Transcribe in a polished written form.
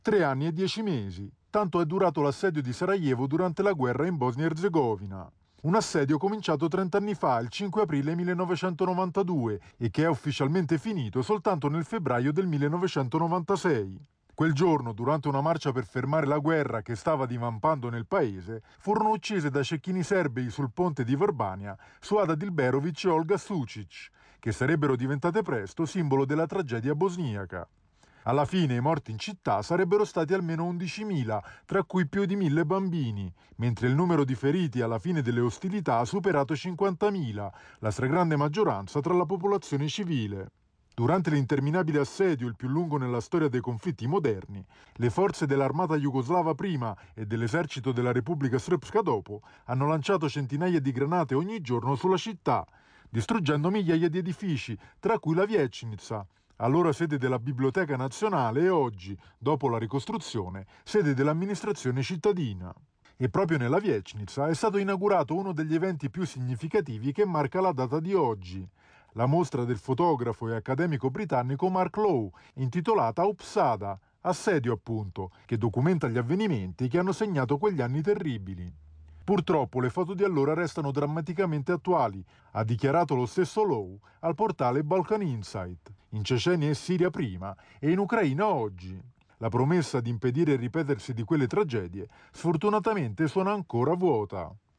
3 anni e 10 mesi, tanto è durato l'assedio di Sarajevo durante la guerra in Bosnia-Erzegovina. Un assedio cominciato 30 anni fa, il 5 aprile 1992, e che è ufficialmente finito soltanto nel febbraio del 1996. Quel giorno, durante una marcia per fermare la guerra che stava divampando nel paese, furono uccise da cecchini serbei sul ponte di Verbania Suada Dilberovic e Olga Sucic, che sarebbero diventate presto simbolo della tragedia bosniaca. Alla fine i morti in città sarebbero stati almeno 11.000, tra cui più di 1.000 bambini, mentre il numero di feriti alla fine delle ostilità ha superato 50.000, la stragrande maggioranza tra la popolazione civile. Durante l'interminabile assedio, il più lungo nella storia dei conflitti moderni, le forze dell'armata jugoslava prima e dell'esercito della Repubblica Srpska dopo hanno lanciato centinaia di granate ogni giorno sulla città, distruggendo migliaia di edifici, tra cui la Vijećnica, allora sede della Biblioteca Nazionale e oggi, dopo la ricostruzione, sede dell'amministrazione cittadina. E proprio nella Vijećnica è stato inaugurato uno degli eventi più significativi che marca la data di oggi, la mostra del fotografo e accademico britannico Mark Lowe, intitolata Upsada, assedio appunto, che documenta gli avvenimenti che hanno segnato quegli anni terribili. Purtroppo le foto di allora restano drammaticamente attuali, ha dichiarato lo stesso Lowe al portale Balkan Insight, in Cecenia e Siria prima e in Ucraina oggi. La promessa di impedire il ripetersi di quelle tragedie sfortunatamente suona ancora vuota.